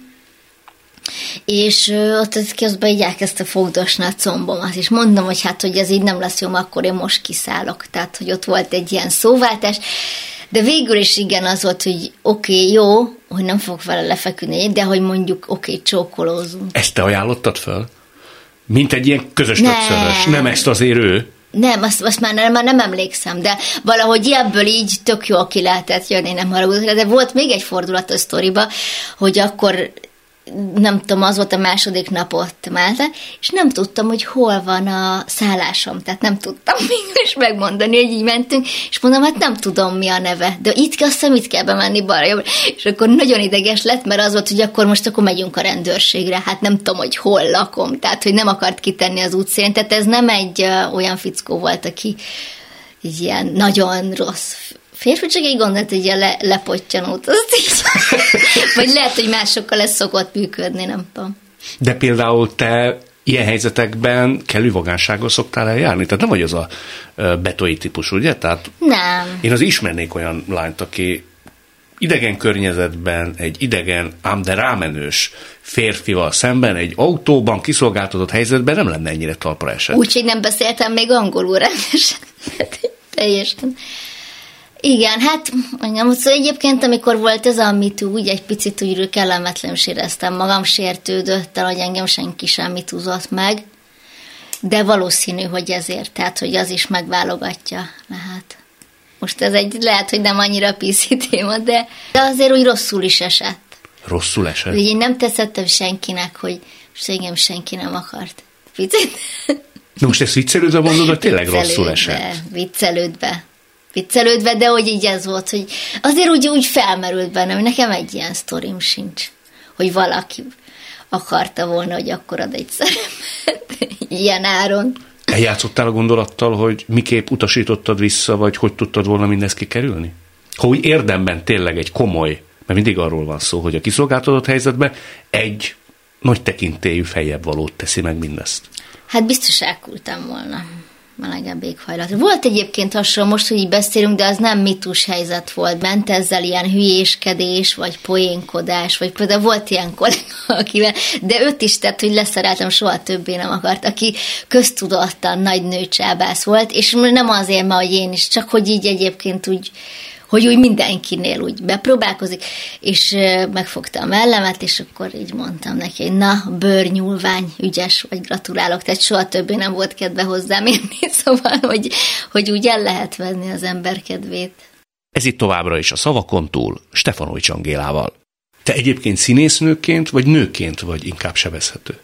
és ott közben így elkezdte fogdosni a combomat, és mondom, hogy hát, hogy ez így nem lesz jó, akkor én most kiszállok. Tehát, hogy ott volt egy ilyen szóváltás, de végül is igen az volt, hogy oké, jó, hogy nem fogok vele lefeküdni, de hogy mondjuk oké, csókolózunk. Ezt te ajánlottad föl? Mint egy ilyen közös többszörös. Nem ezt azért ő? Nem, azt már nem emlékszem, de valahogy ebből így tök jól ki lehetett jönni, nem haragudott. De volt még egy fordulat a sztoriba, hogy akkor nem tudom, az volt a második nap ott Máltán, és nem tudtam, hogy hol van a szállásom, tehát nem tudtam mégis megmondani, hogy így mentünk, és mondom, hát nem tudom, mi a neve, de azt hiszem, itt kell bemenni balra, és akkor nagyon ideges lett, mert az volt, hogy akkor megyünk a rendőrségre, hát nem tudom, hogy hol lakom, tehát, hogy nem akart kitenni az útszélén, tehát ez nem egy olyan fickó volt, aki így ilyen nagyon rossz férfi, csak egy gondolat, hogy a lepottyanót, azt így. Vagy lehet, hogy másokkal ez szokott működni, nem tudom. De például te ilyen helyzetekben kellő vagánsággal szoktál eljárni? Tehát nem vagy az a betói típus, ugye? Tehát nem. Én az ismernék olyan lányt, aki idegen környezetben, egy idegen, ám de rámenős férfival szemben, egy autóban, kiszolgáltatott helyzetben nem lenne ennyire talpra esett. Úgyhogy nem beszéltem még angolul rendesen. Teljesen. Igen, hát mondjam, szóval egyébként, amikor volt ez a MeToo, úgy egy picit úgy kellemetlenül éreztem magam, sértődött el, hogy engem senki sem MeToo-zott meg, de valószínű, hogy ezért, tehát, hogy az is megválogatja lehet. Most ez lehet, hogy nem annyira PC téma, de azért úgy rosszul is esett. Rosszul esett? Ugye én nem teszettem senkinek, hogy engem senki nem akart. Picit. De most ezt viccelődve mondod, hogy tényleg rosszul esett? Viccelődve, de hogy így ez volt, hogy azért úgy felmerült bennem, hogy nekem egy ilyen sztorim sincs, hogy valaki akarta volna, hogy akkor ad egy szerepet ilyen áron. Eljátszottál a gondolattal, hogy miképp utasítottad vissza, vagy hogy tudtad volna mindezt kikerülni? Ha úgy érdemben tényleg egy komoly, mert mindig arról van szó, hogy a kiszolgáltatott helyzetben egy nagy tekintélyű feljebb valót teszi meg mindezt. Hát biztos elküldtem volna melegebb éghajlatra. Volt egyébként hasonló, most, hogy így beszélünk, de az nem mitus helyzet volt. Ment ezzel ilyen hülyéskedés, vagy poénkodás, vagy például volt ilyen kollega, akivel, de őt is tett, hogy leszereltem, soha többé nem akart, aki köztudottan nagy nőcsábász volt, és nem azért, mert hogy én is, csak hogy így egyébként úgy, hogy úgy mindenkinél úgy bepróbálkozik, és megfogta a mellemet, és akkor így mondtam neki, hogy na, bőrnyúlvány, ügyes vagy, gratulálok, tehát soha többé nem volt kedve hozzám érni, szóval, hogy úgy el lehet venni az ember kedvét. Ez itt továbbra is a Szavakon túl Stefanovics Angélával. Te egyébként színésznőként, vagy nőként vagy inkább sebezhető?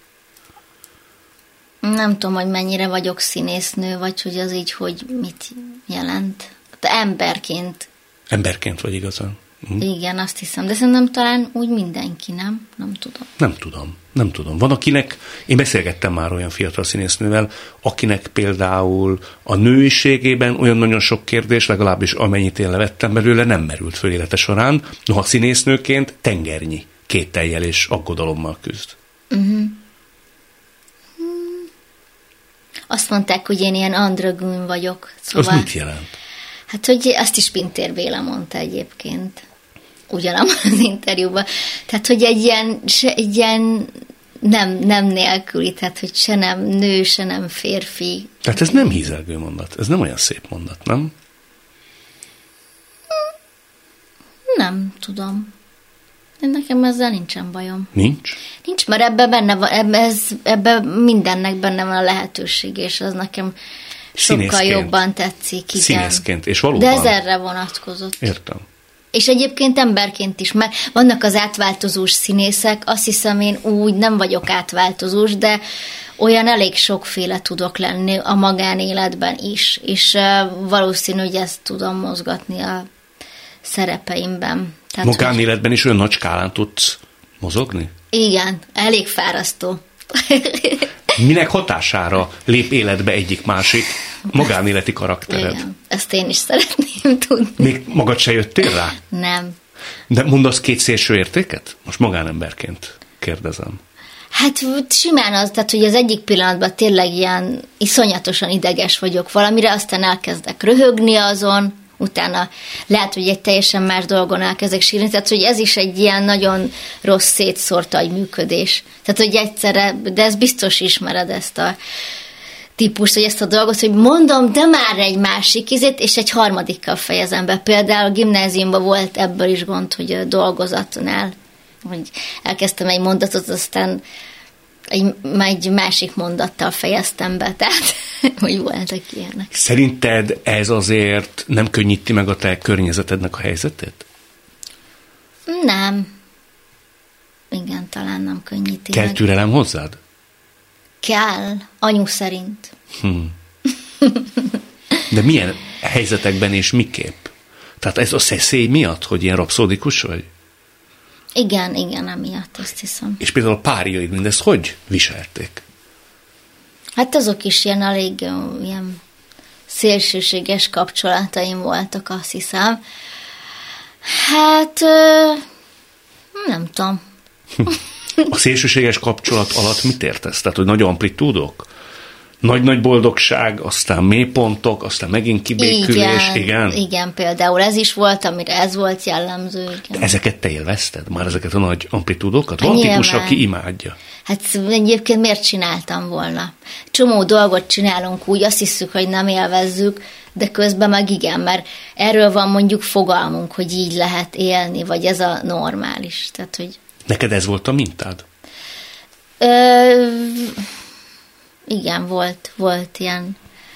Nem tudom, hogy mennyire vagyok színésznő, vagy hogy az így, hogy mit jelent. De emberként. Emberként vagy igazán. Igen, azt hiszem, de szerintem talán úgy mindenki, nem? Nem tudom. Van, akinek, én beszélgettem már olyan fiatal színésznővel, akinek például a nőiségében olyan nagyon sok kérdés, legalábbis amennyit én levettem belőle, nem merült föl élete során, noha színésznőként tengernyi kéttellyel és aggodalommal küzd. Azt mondták, hogy én ilyen androgyn vagyok. Szóval... Az mit jelent? Hát, hogy azt is Pintér Béla mondta egyébként, ugyanabban az interjúban. Tehát, hogy egy ilyen nem nélküli, tehát, hogy se nem nő, se nem férfi. Tehát ez nem hízelgő mondat, ez nem olyan szép mondat, nem? Nem tudom. Nekem ezzel nincsen bajom. Nincs? Nincs, mert ebben benne van, ebben mindennek benne van a lehetőség, és az nekem sokkal jobban tetszik. Igen. Színészként, és valóban. De ez erre vonatkozott. Értem. És egyébként emberként is, mert vannak az átváltozós színészek, azt hiszem én úgy nem vagyok átváltozós, de olyan elég sokféle tudok lenni a magánéletben is, és valószínű, hogy ezt tudom mozgatni a szerepeimben. Tehát, magánéletben is olyan nagy skálán tudsz mozogni? Igen, elég fárasztó. Minek hatására lép életbe egyik-másik magánéleti karaktered? Igen, ezt én is szeretném tudni. Még magad se jöttél rá? Nem. De mondasz két szélső értéket? Most magánemberként kérdezem. Hát simán az, tehát hogy az egyik pillanatban tényleg ilyen iszonyatosan ideges vagyok valamire, aztán elkezdek röhögni azon, utána lehet, hogy egy teljesen más dolgon elkezdek sírni, tehát hogy ez is egy ilyen nagyon rossz szétszórt agyműködés. Tehát, hogy egyszerre, de ez biztos ismered ezt a típust, hogy ezt a dolgot, hogy mondom, de már egy másik izét, és egy harmadikkal fejezem be. Például a gimnáziumban volt ebből is gond, hogy a dolgozatnál, hogy elkezdtem egy mondatot, aztán egy másik mondattal fejeztem be, tehát hogy voltak ilyenek. Szerinted ez azért nem könnyíti meg a te környezetednek a helyzetét? Nem. Igen, talán nem könnyíti Kell meg. türelem hozzád? Kell, anyu szerint. De milyen helyzetekben és miképp? Tehát ez a szeszély miatt, hogy ilyen rapszódikus vagy? Igen, emiatt azt hiszem. És például a párjaid mindezt hogy viselték? Hát azok is ilyen elég ilyen szélsőséges kapcsolataim voltak, azt hiszem. Hát nem tudom. A szélsőséges kapcsolat alatt mit értesz? Tehát, hogy nagy amplitúdok? Nagy-nagy boldogság, aztán mélypontok, aztán megint kibékülés, igen? Igen, például ez is volt, amire ez volt jellemző. Igen. De ezeket te élvezted? Már ezeket a nagy amplitúdokat? Van típus, aki imádja. Hát egyébként miért csináltam volna? Csomó dolgot csinálunk úgy, azt hiszük, hogy nem élvezzük, de közben meg igen, mert erről van mondjuk fogalmunk, hogy így lehet élni, vagy ez a normális. Tehát, hogy... Neked ez volt a mintád? Igen, volt ilyen.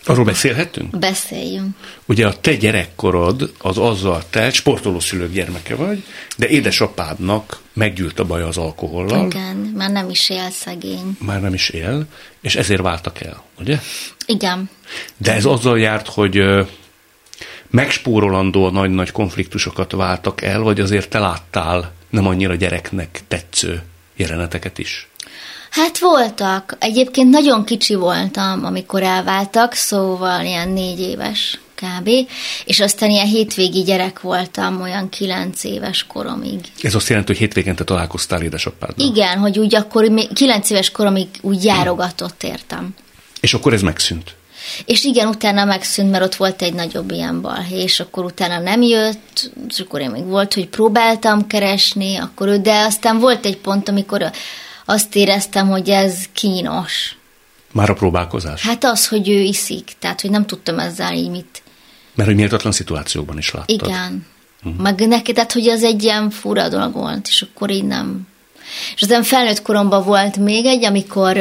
Arról beszélhetünk? Beszéljünk. Ugye a te gyerekkorod az azzal telt, sportolószülők gyermeke vagy, de édesapádnak meggyűlt a baj az alkohollal. Igen, már nem is él szegény. Már nem is él, és ezért váltak el, ugye? Igen. De ez azzal járt, hogy megspórolandó nagy-nagy konfliktusokat váltak el, vagy azért te láttál nem annyira gyereknek tetsző jeleneteket is? Hát voltak. Egyébként nagyon kicsi voltam, amikor elváltak, szóval ilyen 4 éves kb. És aztán ilyen hétvégi gyerek voltam olyan 9 éves koromig. Ez azt jelenti, hogy hétvégente találkoztál édesapáddal? Igen, hogy úgy akkor 9 éves koromig úgy járogatott értem. És akkor ez megszűnt? És igen, utána megszűnt, mert ott volt egy nagyobb ilyen balhé, és akkor utána nem jött, és akkor én még volt, hogy próbáltam keresni, akkor de aztán volt egy pont, amikor azt éreztem, hogy ez kínos. Már a próbálkozás? Hát az, hogy ő iszik, tehát, hogy nem tudtam ezzel így mit. Mert hogy méltatlan szituációkban is láttad. Igen. Meg neki, tehát, hogy az egy ilyen fura dolog volt, és akkor így nem. És aztán felnőtt koromban volt még egy, amikor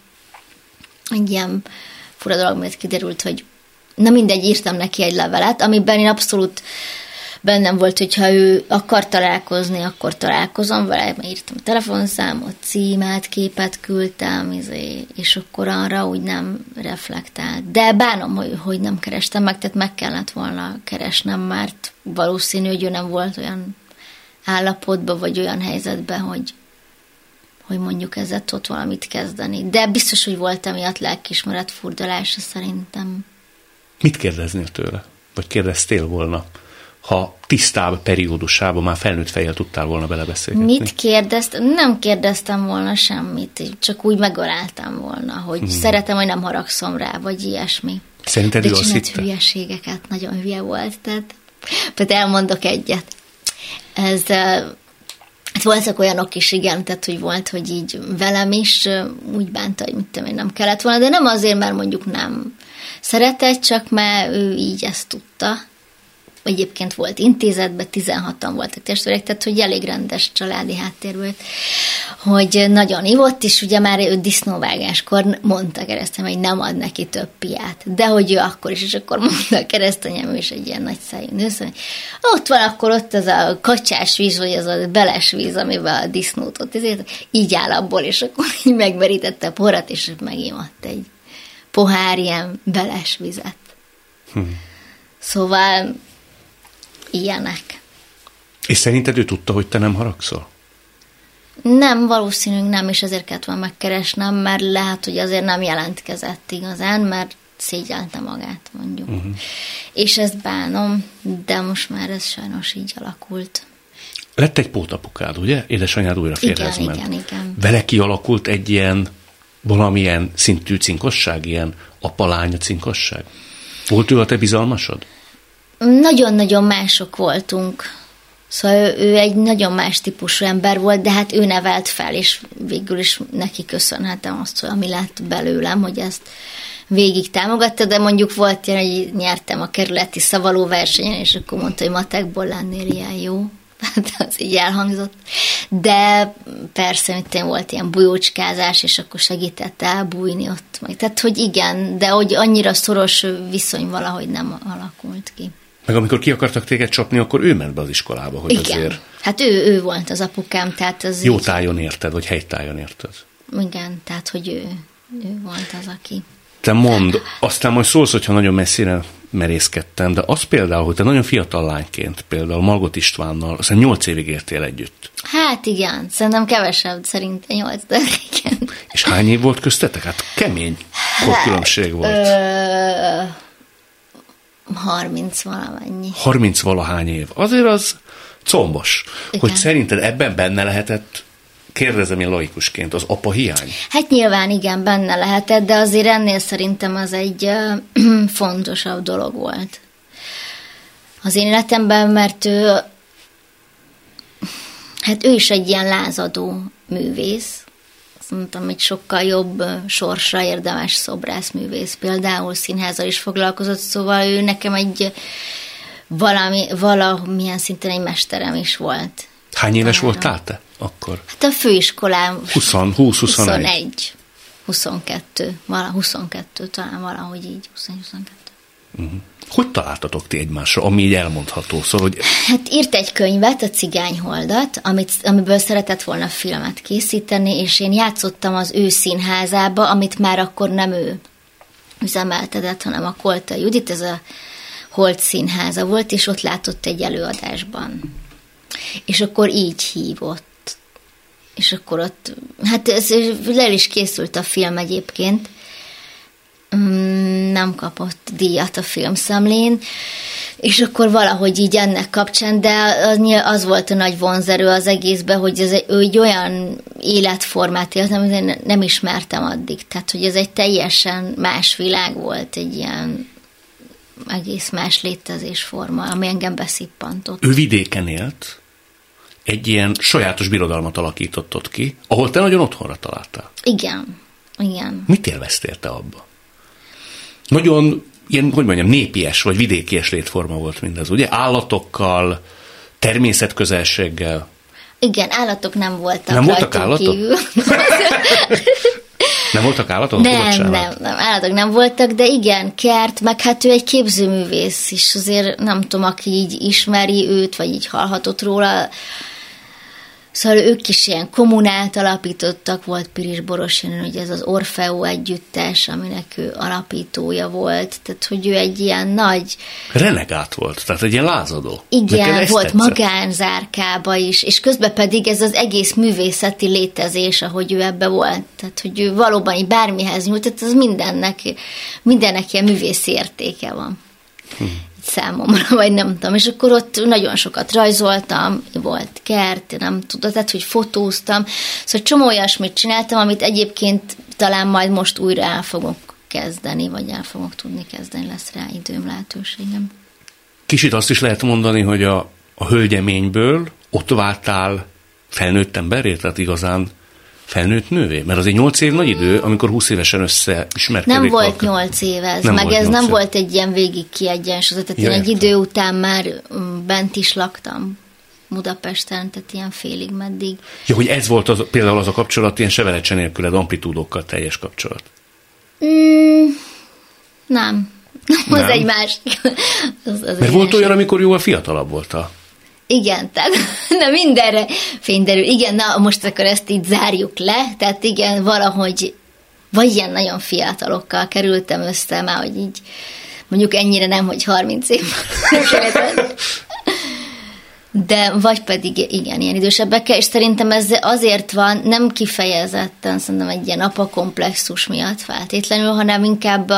egy ilyen fura dolog miatt kiderült, hogy na mindegy, írtam neki egy levelet, amiben én abszolút bennem volt, hogyha ő akar találkozni, akkor találkozom vele, írtam a telefonszámot, címet, képet küldtem, és akkor arra úgy nem reflektált. De bánom, hogy nem kerestem meg, tehát meg kellett volna keresnem, mert valószínű, hogy ő nem volt olyan állapotban, vagy olyan helyzetben, hogy mondjuk ezzel ott valamit kezdeni. De biztos, hogy volt emiatt lelkiismeret furdalása szerintem. Mit kérdeznél tőle? Vagy kérdeztél volna, ha tisztább periódusában már felnőtt fejjel tudtál volna belebeszélgetni? Mit kérdeztem? Nem kérdeztem volna semmit, csak úgy megaláltam volna, hogy szeretem, hogy nem haragszom rá, vagy ilyesmi. Szerinted ő azt hitte? Hülyeségeket, nagyon hülye volt, tehát elmondok egyet. Ez... Hát voltak olyanok is, igen, tehát hogy volt, hogy így velem is úgy bánta, hogy mit tudom én, nem kellett volna, de nem azért, mert mondjuk nem szeretett, csak mert ő így ezt tudta. Egyébként volt intézetben, 16-an voltak testvérek, tehát hogy elég rendes családi háttérből, hogy nagyon ivott, és ugye már ő disznóvágáskor mondta keresztem, hogy nem ad neki több piát. De hogy ő akkor is, és akkor mondta a keresztanyám, és egy ilyen nagy szájú nősz, hogy ott van akkor ott az a kacsás víz, vagy az a beles víz, amiben a disznót ott, ezért így áll abból, és akkor így megmerítette a porrat, és megímadt egy pohár ilyen beles vizet. Szóval ilyenek. És szerinted ő tudta, hogy te nem haragszol? Nem, valószínűleg nem, és ezért kellett volna megkeresnem, mert lehet, hogy azért nem jelentkezett igazán, mert szégyelte magát, mondjuk. És ezt bánom, de most már ez sajnos így alakult. Lett egy pótapukád, ugye? Édesanyád újra férhez ment. Igen. Vele kialakult egy ilyen valamilyen szintű cinkosság, ilyen apa-lánya cinkosság? Volt ő a te bizalmasod? Nagyon-nagyon mások voltunk. Szóval ő egy nagyon más típusú ember volt, de hát ő nevelt fel, és végül is neki köszönhetem azt, ami lett belőlem, hogy ezt végig támogatta, de mondjuk volt ilyen, hogy nyertem a kerületi szavalóversenyen, és akkor mondta, hogy matekból lennél ilyen jó. Hát az így elhangzott. De persze, mint volt ilyen bujócskázás, és akkor segített elbújni ott. Meg. Tehát, hogy igen, de hogy annyira szoros viszony valahogy nem alakult ki. Meg amikor ki akartak téged csapni, akkor ő ment be az iskolába, hogy igen. Azért... Hát ő volt az apukám, tehát az jó így... tájon érted, vagy helytájon érted? Igen, tehát, hogy ő volt az, aki... Te mondd, aztán majd szólsz, hogyha nagyon messzire merészkedtem, de az például, hogy te nagyon fiatal lányként, például Margot Istvánnal, aztán 8 évig értél együtt. Hát igen, szerintem kevesebb, szerintem 8, de igen. És hány év volt köztetek? Hát kemény korkülönbség volt. 30 valamennyi. 30 valahány év. Azért az combos. Igen. Hogy szerinted ebben benne lehetett, kérdezem én laikusként, az apa hiány? Hát nyilván igen, benne lehetett, de azért ennél szerintem az egy fontosabb dolog volt az én életemben, mert ő is egy ilyen lázadó művész. Azt mondtam, egy sokkal jobb sorsra érdemes szobrászművész. Például színházzal is foglalkozott, szóval ő nekem egy valamilyen szinten egy mesterem is volt. Hány éves voltál te akkor? Hát a főiskolám 20-21. 22, talán valahogy így, 22. Hogy találtatok ti egymásra, ami így elmondható? Szóval, hogy... Hát írt egy könyvet, a Cigányholdat, amiből szeretett volna filmet készíteni, és én játszottam az ő színházába, amit már akkor nem ő üzemeltetett, hanem a Kolta Judit, ez a Holt színháza volt, és ott látott egy előadásban. És akkor így hívott. És akkor ott, hát le is készült a film egyébként, nem kapott díjat a filmszemlén, és akkor valahogy így ennek kapcsán, de az volt a nagy vonzerő az egészben, hogy ő egy olyan életformát élt, amit nem ismertem addig. Tehát, hogy ez egy teljesen más világ volt, egy ilyen egész más létezésforma, ami engem beszippantott. Ő vidéken élt, egy ilyen sajátos birodalmat alakított ott ki, ahol te nagyon otthonra találtál. Igen. Mit élveztél te abba? Nagyon ilyen, hogy mondjam, népies vagy vidékies létforma volt mindez, ugye? Állatokkal, természetközelséggel. Igen, állatok nem voltak. Nem voltak állatok? Kívül. Nem voltak állatok? Nem, állatok nem voltak, de igen, kert, meg hát ő egy képzőművész is, azért nem tudom, aki így ismeri őt, vagy így hallhatott róla. Szóval ők is ilyen kommunát alapítottak, volt Piris Borosin, ugye ez az Orfeó együttes, aminek ő alapítója volt, tehát hogy ő egy ilyen nagy... Renegát volt, tehát egy ilyen lázadó. Igen, volt magánzárkába is, és közben pedig ez az egész művészeti létezés, ahogy ő ebbe volt, tehát hogy ő valóban így bármihez nyújt, tehát az mindennek ilyen művészi értéke van. Számomra, vagy nem tudom, és akkor ott nagyon sokat rajzoltam, volt kert, nem tudom, tehát, hogy fotóztam, szóval csomó olyasmit csináltam, amit egyébként talán majd most újra el fogok kezdeni, vagy el fogok tudni kezdeni, lesz rá időm, lehetőségem. Kicsit azt is lehet mondani, hogy a hölgyeményből ott váltál felnőtt emberré, tehát igazán felnőtt nővé? Mert azért 8 év nagy idő, amikor 20 évesen összeismerkedik. Nem volt 8 év nem volt egy ilyen végig kiegyensúlyozott. Tehát én egy idő után már bent is laktam Budapesten, tehát ilyen félig meddig. Ja, hogy ez volt például az a kapcsolat, ilyen severecse nélküled, amplitúdókkal teljes kapcsolat? Nem. Az egy másik. Mert volt olyan, amikor jóval fiatalabb voltál. Igen, tehát mindenre fényderül. Igen, most akkor ezt így zárjuk le, tehát igen, valahogy vagy ilyen nagyon fiatalokkal kerültem össze, már hogy így mondjuk ennyire nem, hogy 30 év. De vagy pedig igen, ilyen idősebbekkel, és szerintem ez azért van, nem kifejezetten szerintem egy ilyen apakomplexus miatt feltétlenül, hanem inkább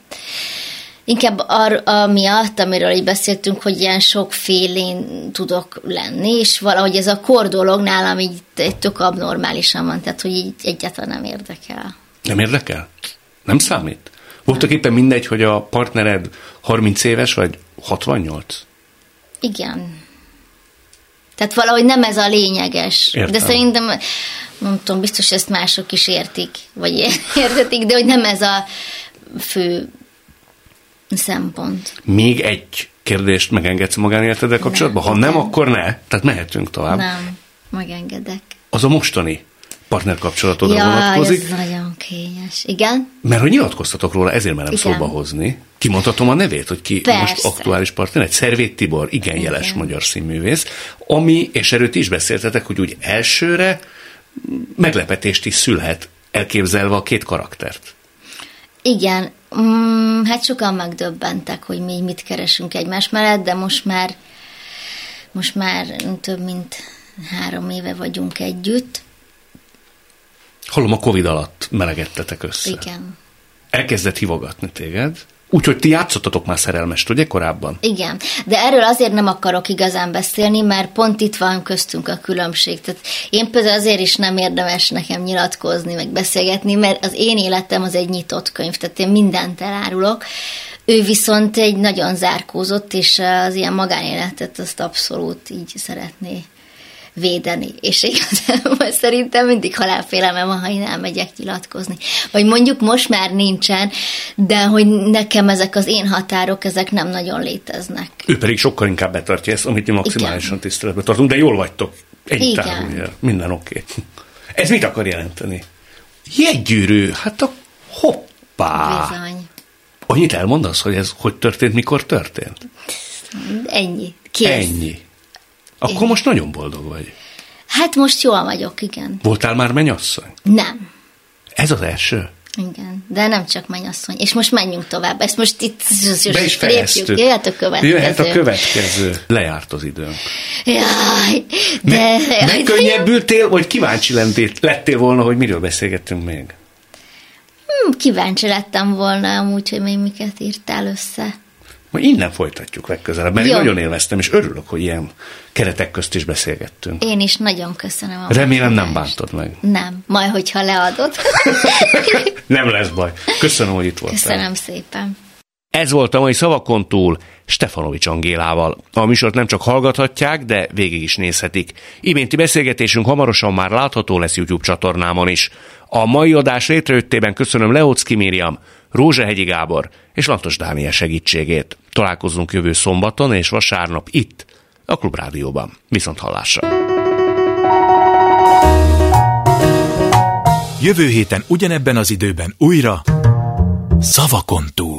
miatt, amiről így beszéltünk, hogy ilyen sokfélén tudok lenni, és valahogy ez a kor dolog nálam így tök abnormálisan van, tehát hogy így egyáltalán nem érdekel. Nem érdekel? Nem számít? Voltak éppen mindegy, hogy a partnered 30 éves, vagy 68? Igen. Tehát valahogy nem ez a lényeges. Értem. De szerintem, nem tudom, biztos ezt mások is értik, vagy értetik, de hogy nem ez a fő szempont. Még egy kérdést megengedsz magánéleteddel kapcsolatban? Ha nem, akkor ne. Tehát mehetünk tovább. Nem, megengedek. Az a mostani partnerkapcsolatodra vonatkozik. Ez nagyon kényes. Igen? Mert hogy nyilatkoztatok róla, ezért merem szóba hozni. Kimondhatom a nevét, hogy ki Persze. most aktuális partner? Szervét Tibor, igen jeles magyar színművész, ami, és erről is beszéltetek, hogy úgy elsőre meglepetést is szülhet, elképzelve a két karaktert. Igen, hát sokan megdöbbentek, hogy mi mit keresünk egymás mellett, de most már több mint 3 éve vagyunk együtt. Hallom, a Covid alatt melegedtetek össze. Igen. Elkezdett hívogatni téged, úgyhogy ti játszottatok már szerelmest, ugye korábban? Igen, de erről azért nem akarok igazán beszélni, mert pont itt van köztünk a különbség. Tehát én például azért is nem érdemes nekem nyilatkozni, meg beszélgetni, mert az én életem az egy nyitott könyv, tehát én mindent elárulok. Ő viszont egy nagyon zárkózott, és az ilyen magánéletet azt abszolút így szeretné védeni, és igazából szerintem mindig halálfélelme van, ha én elmegyek nyilatkozni. Vagy mondjuk most már nincsen, de hogy nekem ezek az én határok, ezek nem nagyon léteznek. Ő pedig sokkal inkább betartja ezt, amit mi maximálisan tiszteletbe tartunk, de jól vagytok. Egyáltalán minden oké. Ez mit akar jelenteni? Jegygyűrű, hát a hoppá! Bizony. Annyit elmondasz, hogy ez hogy történt, mikor történt? Ennyi. Kész. Ennyi. Akkor most nagyon boldog vagy. Hát most jól vagyok, igen. Voltál már mennyasszony? Nem. Ez az első? Igen, de nem csak mennyasszony. És most menjünk tovább. Ezt most itt be is fejeztük. Jöhet a következő. Jöhet a következő. Lejárt az időnk. Jaj, de... Megkönnyebbültél, vagy kíváncsi lettél volna, hogy miről beszélgettünk még? Kíváncsi lettem volna amúgy, hogy még miket írtál össze. Majd innen folytatjuk legközelebb, mert én nagyon élveztem, és örülök, hogy ilyen keretek közt is beszélgettünk. Én is nagyon köszönöm a Remélem nem bántod meg. Nem, majd hogyha leadod. Nem lesz baj. Köszönöm, hogy itt voltál. Köszönöm szépen. Ez volt a mai Szavakon túl Stefanovics Angélával. A műsort nem csak hallgathatják, de végig is nézhetik. Iménti beszélgetésünk hamarosan már látható lesz YouTube csatornámon is. A mai adás létrejöttében köszönöm Leocki Miriam, Rózsahegyi Gábor és Lantos Dániel segítségét. Találkozzunk jövő szombaton és vasárnap itt, a Klubrádióban. Viszonthallásra! Jövő héten ugyanebben az időben újra Szavakon túl.